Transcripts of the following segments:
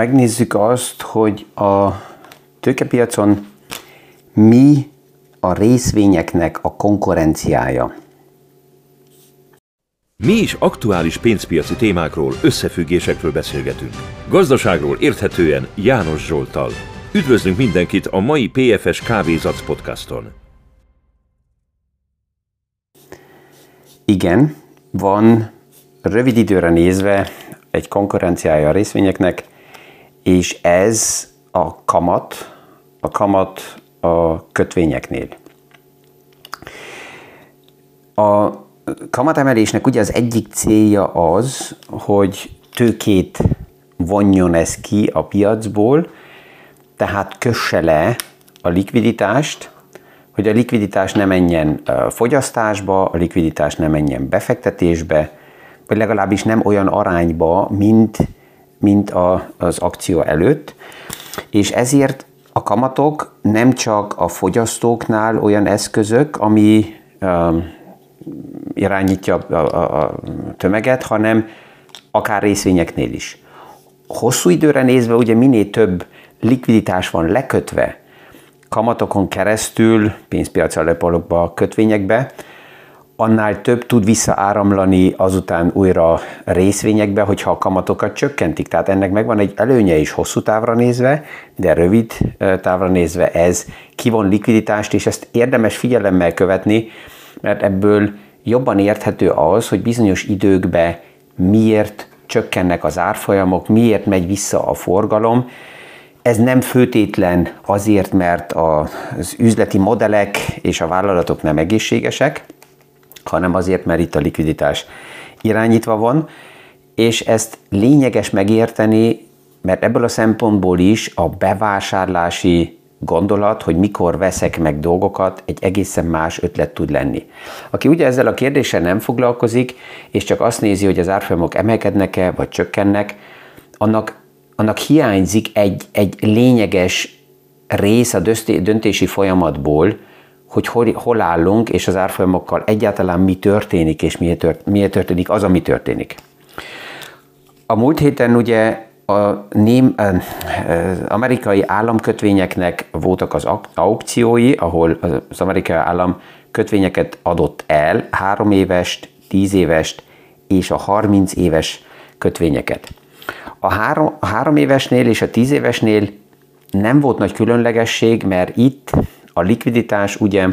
megnézzük azt, hogy a tőkepiacon mi a részvényeknek a konkurenciája. Mi is aktuális pénzpiaci témákról, összefüggésekről beszélgetünk. Gazdaságról érthetően János Zsolttal. Üdvözlünk mindenkit a mai PFS Kávézac podcaston. Igen, van rövid időre nézve egy konkurenciája a részvényeknek, és ez a kamat a kötvényeknél. A kamatemelésnek ugye az egyik célja az, hogy tőkét vonjon ez ki a piacból, tehát kösse le a likviditást, hogy a likviditás ne menjen fogyasztásba, a likviditás ne menjen befektetésbe, vagy legalábbis nem olyan arányba, mint az akció előtt. És ezért a kamatok nem csak a fogyasztóknál olyan eszközök, ami irányítja a tömeget, hanem akár részvényeknél is. Hosszú időre nézve ugye minél több likviditás van lekötve kamatokon keresztül, pénzpiaci alapokba, kötvényekbe, annál több tud visszaáramlani azután újra részvényekbe, hogyha a kamatokat csökkentik. Tehát ennek megvan egy előnye is hosszú távra nézve, de rövid távra nézve ez kivon likviditást, és ezt érdemes figyelemmel követni, mert ebből jobban érthető az, hogy bizonyos időkben miért csökkennek az árfolyamok, miért megy vissza a forgalom. Ez nem főtétlen azért, mert az üzleti modellek és a vállalatok nem egészségesek, hanem azért, mert itt a likviditás irányítva van, és ezt lényeges megérteni, mert ebből a szempontból is a bevásárlási gondolat, hogy mikor veszek meg dolgokat, egy egészen más ötlet tud lenni. Aki ugye ezzel a kérdéssel nem foglalkozik, és csak azt nézi, hogy az árfolyamok emelkednek-e, vagy csökkennek, annak hiányzik egy lényeges rész a döntési folyamatból, hogy hol állunk, és az árfolyamokkal egyáltalán mi történik, és miért történik az, ami történik. A múlt héten ugye az amerikai államkötvényeknek voltak az aukciói, ahol az amerikai állam kötvényeket adott el, 3 évest, 10 évest és a 30 éves kötvényeket. A 3 évesnél és a 10 évesnél nem volt nagy különlegesség, mert itt a likviditás ugye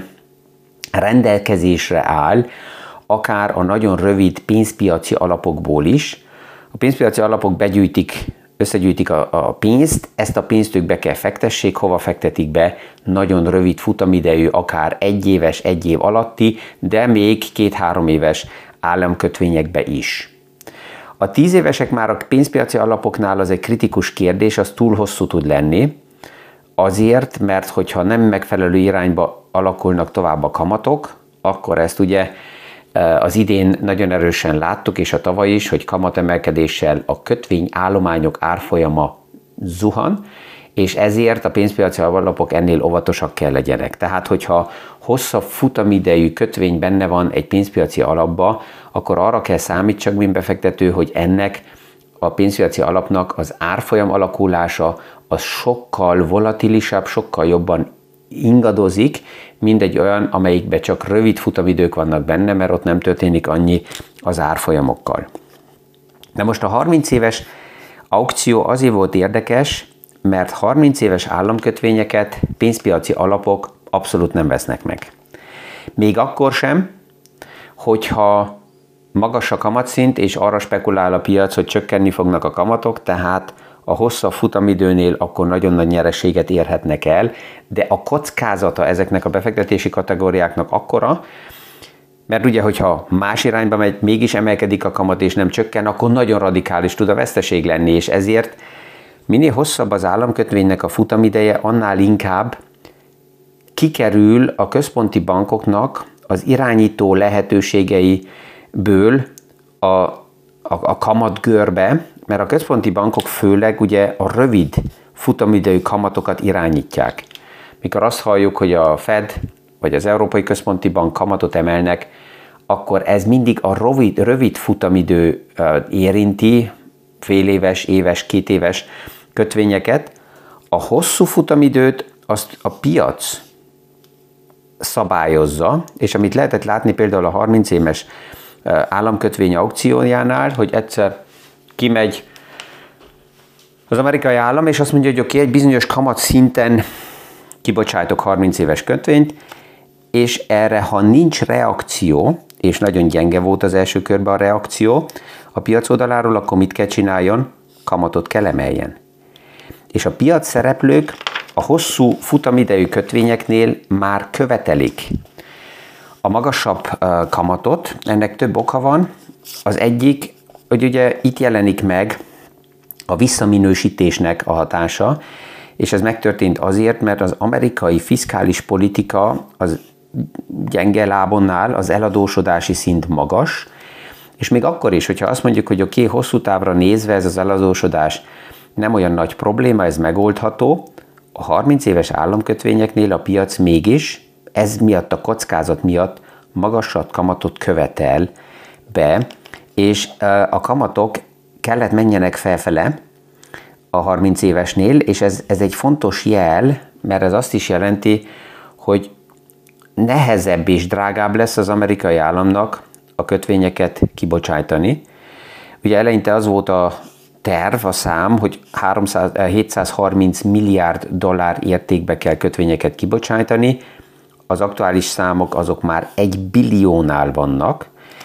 rendelkezésre áll, akár a nagyon rövid pénzpiaci alapokból is. A pénzpiaci alapok összegyűjtik a pénzt, ezt a pénzt ők be kell fektessék, hova fektetik be, nagyon rövid futamidejű, akár 1 éves, 1 év alatti, de még 2-3 éves államkötvényekbe is. A 10 évesek már a pénzpiaci alapoknál az egy kritikus kérdés, az túl hosszú tud lenni, azért, mert hogyha nem megfelelő irányba alakulnak tovább a kamatok, akkor ezt ugye az idén nagyon erősen láttuk, és a tavaly is, hogy kamatemelkedéssel a kötvényállományok árfolyama zuhan, és ezért a pénzpiaci alapok ennél óvatosak kell legyenek. Tehát, hogyha hosszabb futamidejű kötvény benne van egy pénzpiaci alapba, akkor arra kell számítsak, mint befektető, hogy ennek a pénzpiaci alapnak az árfolyam alakulása az sokkal volatilisabb, sokkal jobban ingadozik, mint egy olyan, amelyikben csak rövid futamidők vannak benne, mert ott nem történik annyi az árfolyamokkal. De most a 30 éves aukció azért volt érdekes, mert 30 éves államkötvényeket pénzpiaci alapok abszolút nem vesznek meg. Még akkor sem, hogyha magas a kamatszint, és arra spekulál a piac, hogy csökkenni fognak a kamatok, tehát a hosszabb futamidőnél akkor nagyon nagy nyereséget érhetnek el, de a kockázata ezeknek a befektetési kategóriáknak akkora, mert ugye, hogyha más irányba megy, mégis emelkedik a kamat és nem csökken, akkor nagyon radikális tud a veszteség lenni, és ezért minél hosszabb az államkötvénynek a futamideje, annál inkább kikerül a központi bankoknak az irányító lehetőségeiből a kamatgörbe, mert a központi bankok főleg ugye a rövid futamidejű kamatokat irányítják. Mikor azt halljuk, hogy a Fed vagy az Európai Központi Bank kamatot emelnek, akkor ez mindig a rövid futamidő érinti, fél éves, éves, 2 éves kötvényeket, a hosszú futamidőt azt a piac szabályozza, és amit lehetett látni például a 30 éves államkötvény aukciójánál, hogy egyszer kimegy az amerikai állam, és azt mondja, hogy oké, egy bizonyos kamat szinten kibocsájtok 30 éves kötvényt, és erre, ha nincs reakció, és nagyon gyenge volt az első körben a reakció a piac oldaláról, akkor mit kell csináljon? Kamatot kell emeljen. És a piac szereplők a hosszú futamidejű kötvényeknél már követelik a magasabb kamatot. Ennek több oka van. Az egyik, hogy ugye itt jelenik meg a visszaminősítésnek a hatása, és ez megtörtént azért, mert az amerikai fiskális politika az gyenge lábon áll, az eladósodási szint magas, és még akkor is, hogyha azt mondjuk, hogy oké, hosszú távra nézve ez az eladósodás nem olyan nagy probléma, ez megoldható, a 30 éves államkötvényeknél a piac mégis, ez miatt a kockázat miatt magasabb kamatot követel be, és a kamatok kellett menjenek felfele a 30 évesnél, és ez egy fontos jel, mert ez azt is jelenti, hogy nehezebb és drágább lesz az amerikai államnak a kötvényeket kibocsájtani. Ugye eleinte az volt a terv, a szám, hogy 730 milliárd dollár értékbe kell kötvényeket kibocsájtani. Az aktuális számok azok már 1 billiónál vannak,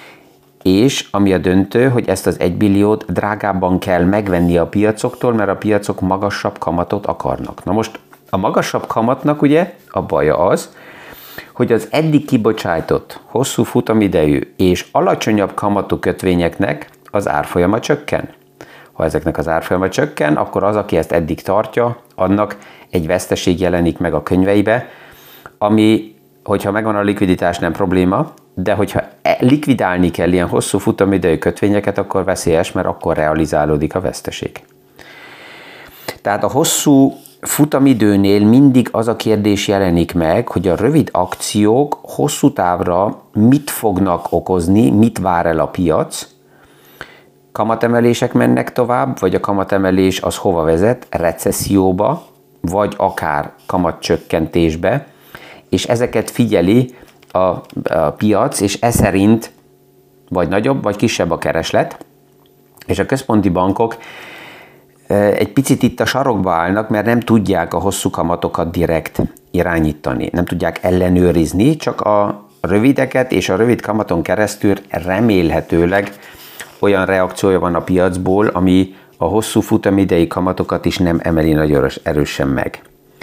és ami a döntő, hogy ezt az 1 billiót drágábban kell megvenni a piacoktól, mert a piacok magasabb kamatot akarnak. Na most a magasabb kamatnak ugye a baja az, hogy az eddig kibocsájtott hosszú futamidejű és alacsonyabb kamatú kötvényeknek az árfolyama csökken. Ha ezeknek az árfolyama csökken, akkor az, aki ezt eddig tartja, annak egy veszteség jelenik meg a könyveibe, ami, hogyha megvan a likviditás, nem probléma, de hogyha likvidálni kell ilyen hosszú futamidejű kötvényeket, akkor veszélyes, mert akkor realizálódik a veszteség. Tehát a hosszú futamidőnél mindig az a kérdés jelenik meg, hogy a rövid akciók hosszú távra mit fognak okozni, mit vár el a piac, kamatemelések mennek tovább, vagy a kamatemelés az hova vezet? Recesszióba, vagy akár kamatcsökkentésbe, és ezeket figyeli a piac, és ez szerint vagy nagyobb, vagy kisebb a kereslet, és a központi bankok egy picit itt a sarokba állnak, mert nem tudják a hosszú kamatokat direkt irányítani, nem tudják ellenőrizni, csak a rövideket és a rövid kamaton keresztül remélhetőleg olyan reakciója van a piacból, ami a hosszú futamidei kamatokat is nem emeli nagyon erősen meg.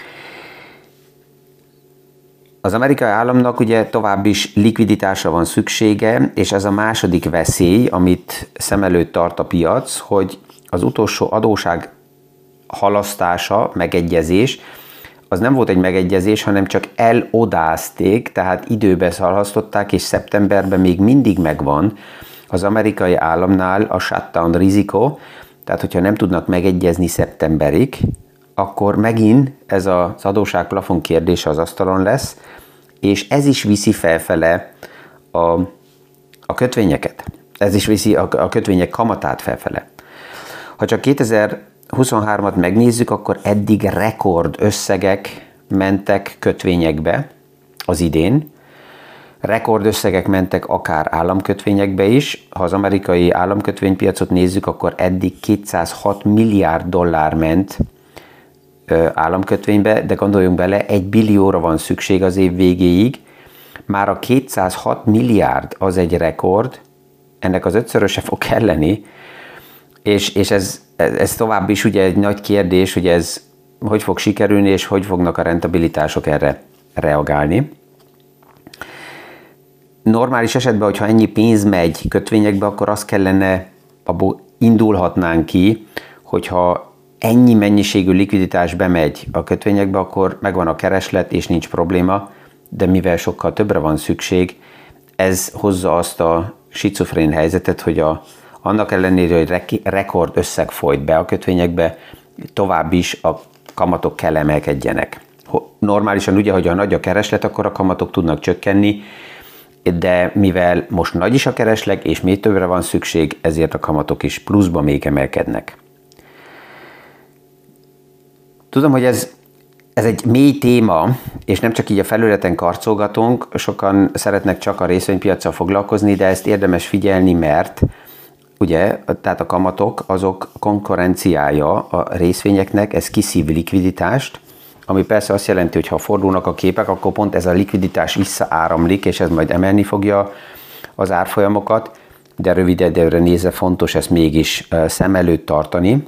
Az amerikai államnak ugye tovább is likviditásra van szüksége, és ez a második veszély, amit szem előtt tart a piac, hogy az utolsó adóság halasztása, megegyezés, az nem volt egy megegyezés, hanem csak elodázték, tehát időbe halasztották, és szeptemberben még mindig megvan az amerikai államnál a shutdown rizikó, tehát hogyha nem tudnak megegyezni szeptemberig, akkor megint ez az adósságplafon kérdése az asztalon lesz, és ez is viszi felfele a kötvényeket. Ez is viszi a kötvények kamatát felfele. Ha csak 2023-at megnézzük, akkor eddig rekord összegek mentek kötvényekbe az idén. Rekord összegek mentek akár államkötvényekbe is. Ha az amerikai államkötvénypiacot nézzük, akkor eddig 206 milliárd dollár ment államkötvénybe, de gondoljunk bele, 1 billióra van szükség az év végéig. Már a 206 milliárd az egy rekord, ennek az 5-szöröse fog kelleni, és ez tovább is ugye egy nagy kérdés, hogy ez hogy fog sikerülni, és hogy fognak a rentabilitások erre reagálni. Normális esetben, hogyha ennyi pénz megy kötvényekbe, akkor azt kellene, abból indulhatnánk ki, hogyha ennyi mennyiségű likviditás bemegy a kötvényekbe, akkor megvan a kereslet, és nincs probléma, de mivel sokkal többre van szükség, ez hozza azt a skizofrén helyzetet, hogy annak ellenére, hogy rekord összeg folyt be a kötvényekbe, tovább is a kamatok kell emelkedjenek. Normálisan ugye, hogy ha nagy a kereslet, akkor a kamatok tudnak csökkenni, de mivel most nagy is a kereslet, és még többre van szükség, ezért a kamatok is pluszba még emelkednek. Tudom, hogy ez egy mély téma, és nem csak így a felületen karcolgatunk, sokan szeretnek csak a részvénypiaccal foglalkozni, de ezt érdemes figyelni, mert ugye, tehát a kamatok, azok konkurenciája a részvényeknek, ez kiszív likviditást, ami persze azt jelenti, hogy ha fordulnak a képek, akkor pont ez a likviditás visszaáramlik, és ez majd emelni fogja az árfolyamokat, de rövid időre nézve fontos ezt mégis szem előtt tartani.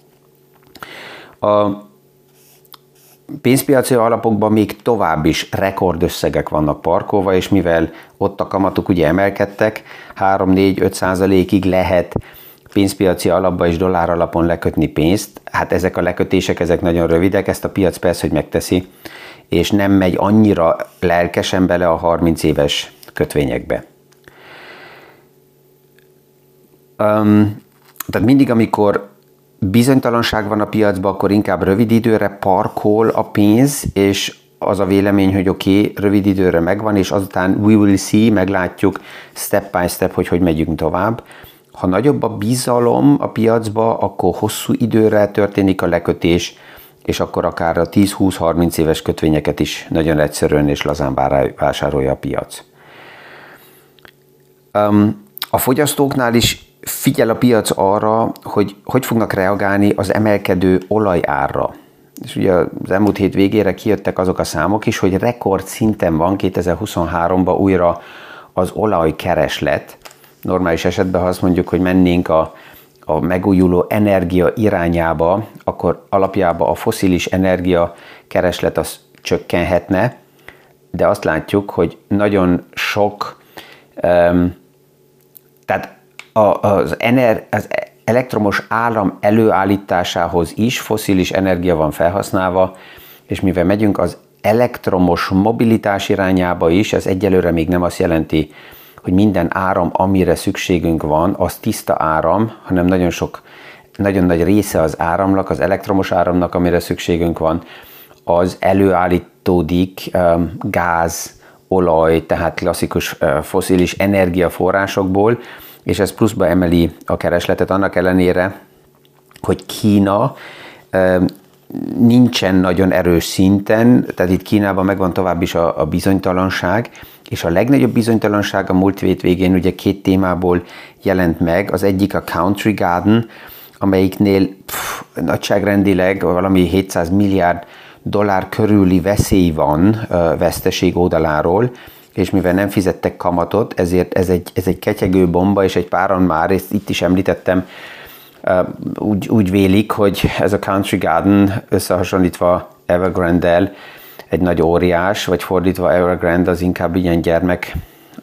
A pénzpiaci alapokban még tovább is rekordösszegek vannak parkolva, és mivel ott a kamatok ugye emelkedtek, 3-4-5%-ig lehet pénzpiaci alapba és dollár alapon lekötni pénzt. Hát ezek a lekötések, ezek nagyon rövidek, ezt a piac persze, hogy megteszi, és nem megy annyira lelkesen bele a 30 éves kötvényekbe. Tehát mindig, amikor bizonytalanság van a piacban, akkor inkább rövid időre parkol a pénz, és az a vélemény, hogy oké, rövid időre megvan, és azután we will see, meglátjuk step by step, hogy megyünk tovább. Ha nagyobb a bizalom a piacba, akkor hosszú időre történik a lekötés, és akkor akár a 10-20-30 éves kötvényeket is nagyon egyszerűen és lazán vásárolja a piac. A fogyasztóknál is figyel a piac arra, hogy fognak reagálni az emelkedő olajárra. És ugye az elmúlt hét végére kijöttek azok a számok is, hogy rekord szinten van 2023-ban újra az olajkereslet. Normális esetben, ha azt mondjuk, hogy mennénk a megújuló energia irányába, akkor alapjában a fosszilis energia kereslet az csökkenhetne, de azt látjuk, hogy nagyon sok, tehát az elektromos áram előállításához is fosszilis energia van felhasználva, és mivel megyünk az elektromos mobilitás irányába is, ez egyelőre még nem azt jelenti, hogy minden áram, amire szükségünk van, az tiszta áram, hanem nagyon nagy része az áramnak, az elektromos áramnak, amire szükségünk van, az előállítódik gáz, olaj, tehát klasszikus fosszilis energiaforrásokból, és ez pluszba emeli a keresletet annak ellenére, hogy Kína nincsen nagyon erős szinten, tehát itt Kínában megvan tovább is a bizonytalanság, és a legnagyobb bizonytalanság a múlt hét végén ugye két témából jelent meg, az egyik a Country Garden, amelyiknél nagyságrendileg valami 700 milliárd dollár körüli veszély van veszteség oldaláról, és mivel nem fizettek kamatot, ezért ez egy ketyegő bomba, és egy páran már, ezt itt is említettem, úgy vélik, hogy ez a Country Garden összehasonlítva Evergrande-del egy nagy óriás, vagy fordítva Evergrande az inkább ilyen gyermek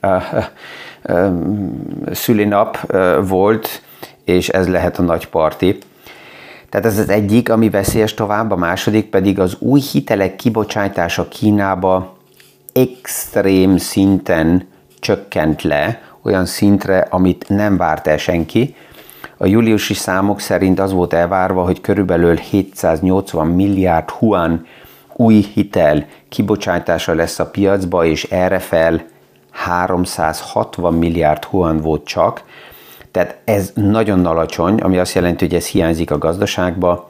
szülinap volt, és ez lehet a nagy parti. Tehát ez az egyik, ami veszélyes tovább, a második pedig az új hitelek kibocsátása Kínába extrém szinten csökkent le, olyan szintre, amit nem várt el senki. A júliusi számok szerint az volt elvárva, hogy körülbelül 780 milliárd yuan új hitel kibocsátása lesz a piacba, és errefel 360 milliárd yuan volt csak. Tehát ez nagyon alacsony, ami azt jelenti, hogy ez hiányzik a gazdaságba.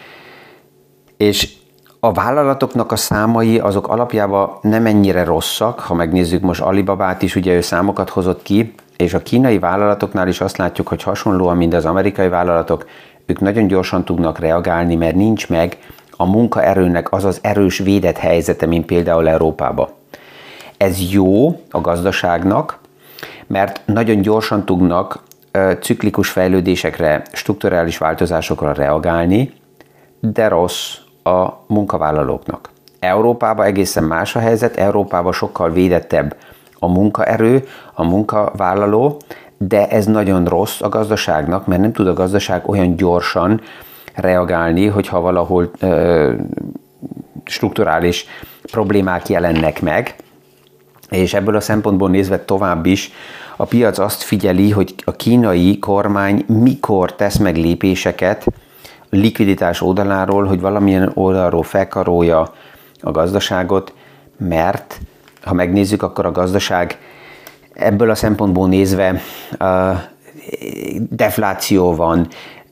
És a vállalatoknak a számai azok alapjában nem ennyire rosszak, ha megnézzük most Alibabát is, ugye ő számokat hozott ki, és a kínai vállalatoknál is azt látjuk, hogy hasonlóan, mint az amerikai vállalatok, ők nagyon gyorsan tudnak reagálni, mert nincs meg a munkaerőnek az az erős védett helyzete, mint például Európában. Ez jó a gazdaságnak, mert nagyon gyorsan tudnak ciklikus fejlődésekre, strukturális változásokra reagálni, de rossz a munkavállalóknak. Európában egészen más a helyzet, Európában sokkal védettebb a munkaerő, a munkavállaló, de ez nagyon rossz a gazdaságnak, mert nem tud a gazdaság olyan gyorsan reagálni, hogyha valahol strukturális problémák jelennek meg, és ebből a szempontból nézve tovább is a piac azt figyeli, hogy a kínai kormány mikor tesz meg lépéseket a likviditás oldaláról, hogy valamilyen oldalról felkarolja a gazdaságot, mert ha megnézzük, akkor a gazdaság ebből a szempontból nézve defláció van,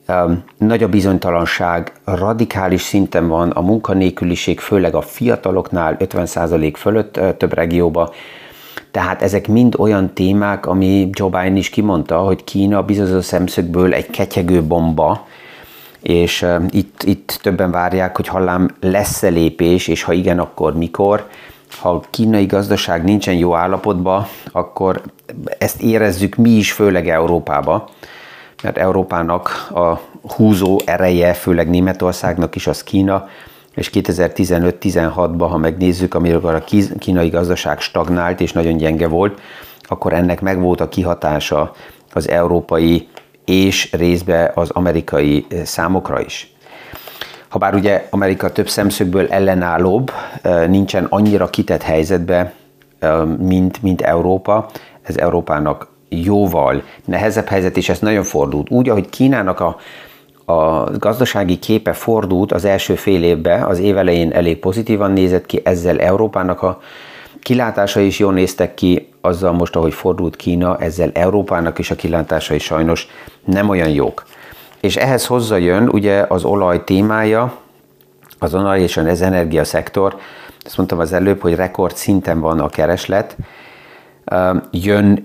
Nagy a bizonytalanság, radikális szinten van a munkanélküliség, főleg a fiataloknál 50% fölött több régióban. Tehát ezek mind olyan témák, ami Joe Biden is kimondta, hogy Kína bizonyos szemszögből egy ketyegő bomba, és itt többen várják, hogy hallám lesz-e lépés, és ha igen, akkor mikor. Ha a kínai gazdaság nincsen jó állapotban, akkor ezt érezzük mi is, főleg Európába, mert Európának a húzó ereje, főleg Németországnak is az Kína, és 2015-16-ban, ha megnézzük, amikor a kínai gazdaság stagnált és nagyon gyenge volt, akkor ennek megvolt a kihatása az európai és részben az amerikai számokra is. Habár ugye Amerika több szemszögből ellenállóbb, nincsen annyira kitett helyzetbe, mint Európa, ez Európának jóval nehezebb helyzet, és ez nagyon fordult. Úgy, ahogy Kínának a gazdasági képe fordult az első fél évben, az év elején elég pozitívan nézett ki, ezzel Európának a kilátásai is jól néztek ki, azzal most, ahogy fordult Kína, ezzel Európának is a kilátásai sajnos nem olyan jók. És ehhez hozzájön ugye az olaj témája, az olaj és az energiaszektor. Ezt mondtam az előbb, hogy rekord szinten van a kereslet. Jön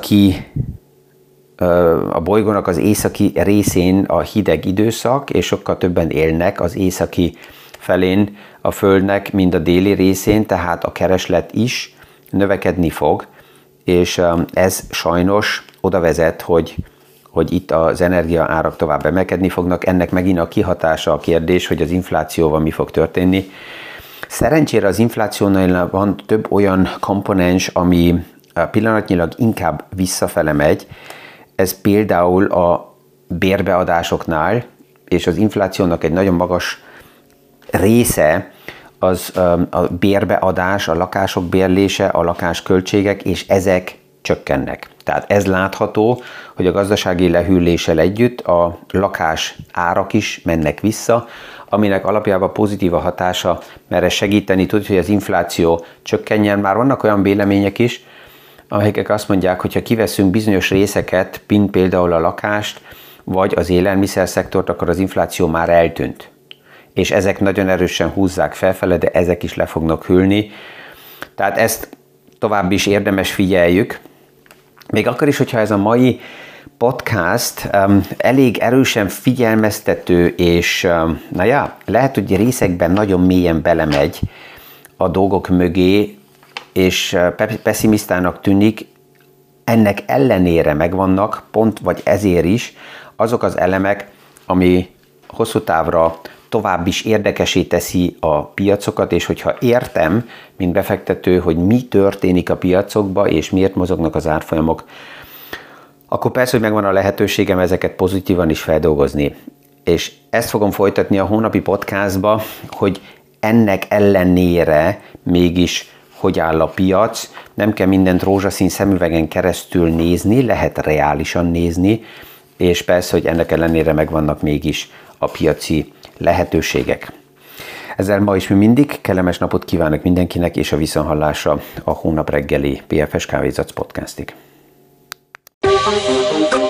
a bolygónak az északi részén a hideg időszak, és sokkal többen élnek az északi felén a Földnek, mint a déli részén, tehát a kereslet is növekedni fog, és ez sajnos oda vezet, hogy itt az energia árak tovább emelkedni fognak. Ennek megint a kihatása a kérdés, hogy az inflációval mi fog történni. Szerencsére az inflációnál van több olyan komponens, ami pillanatnyilag inkább visszafele megy. Ez például a bérbeadásoknál, és az inflációnak egy nagyon magas része az a bérbeadás, a lakások bérlése, a lakásköltségek, és ezek csökkennek. Tehát ez látható, hogy a gazdasági lehűléssel együtt a lakás árak is mennek vissza, aminek alapjában pozitív a hatása, mert ez segíteni tud, hogy az infláció csökkenjen. Már vannak olyan vélemények is, amelyek azt mondják, hogy ha kiveszünk bizonyos részeket, mint például a lakást, vagy az élelmiszer-szektort, akkor az infláció már eltűnt. És ezek nagyon erősen húzzák felfele, de ezek is le fognak hűlni. Tehát ezt tovább is érdemes figyeljük. Még akkor is, hogyha ez a mai podcast elég erősen figyelmeztető, és lehet, hogy részekben nagyon mélyen belemegy a dolgok mögé, és pessimisztának tűnik, ennek ellenére megvannak, pont vagy ezért is azok az elemek, ami hosszú távra tovább is érdekessé teszi a piacokat, és hogyha értem, mint befektető, hogy mi történik a piacokban, és miért mozognak az árfolyamok, akkor persze, hogy megvan a lehetőségem ezeket pozitívan is feldolgozni. És ezt fogom folytatni a hónapi podcastba, hogy ennek ellenére mégis hogy áll a piac, nem kell mindent rózsaszín szemüvegen keresztül nézni, lehet reálisan nézni, és persze, hogy ennek ellenére megvannak mégis a piaci lehetőségek. Ezzel ma is, mi mindig, kellemes napot kívánok mindenkinek, és a viszonthallásra a hónap reggeli PFS Kávézac podcastig.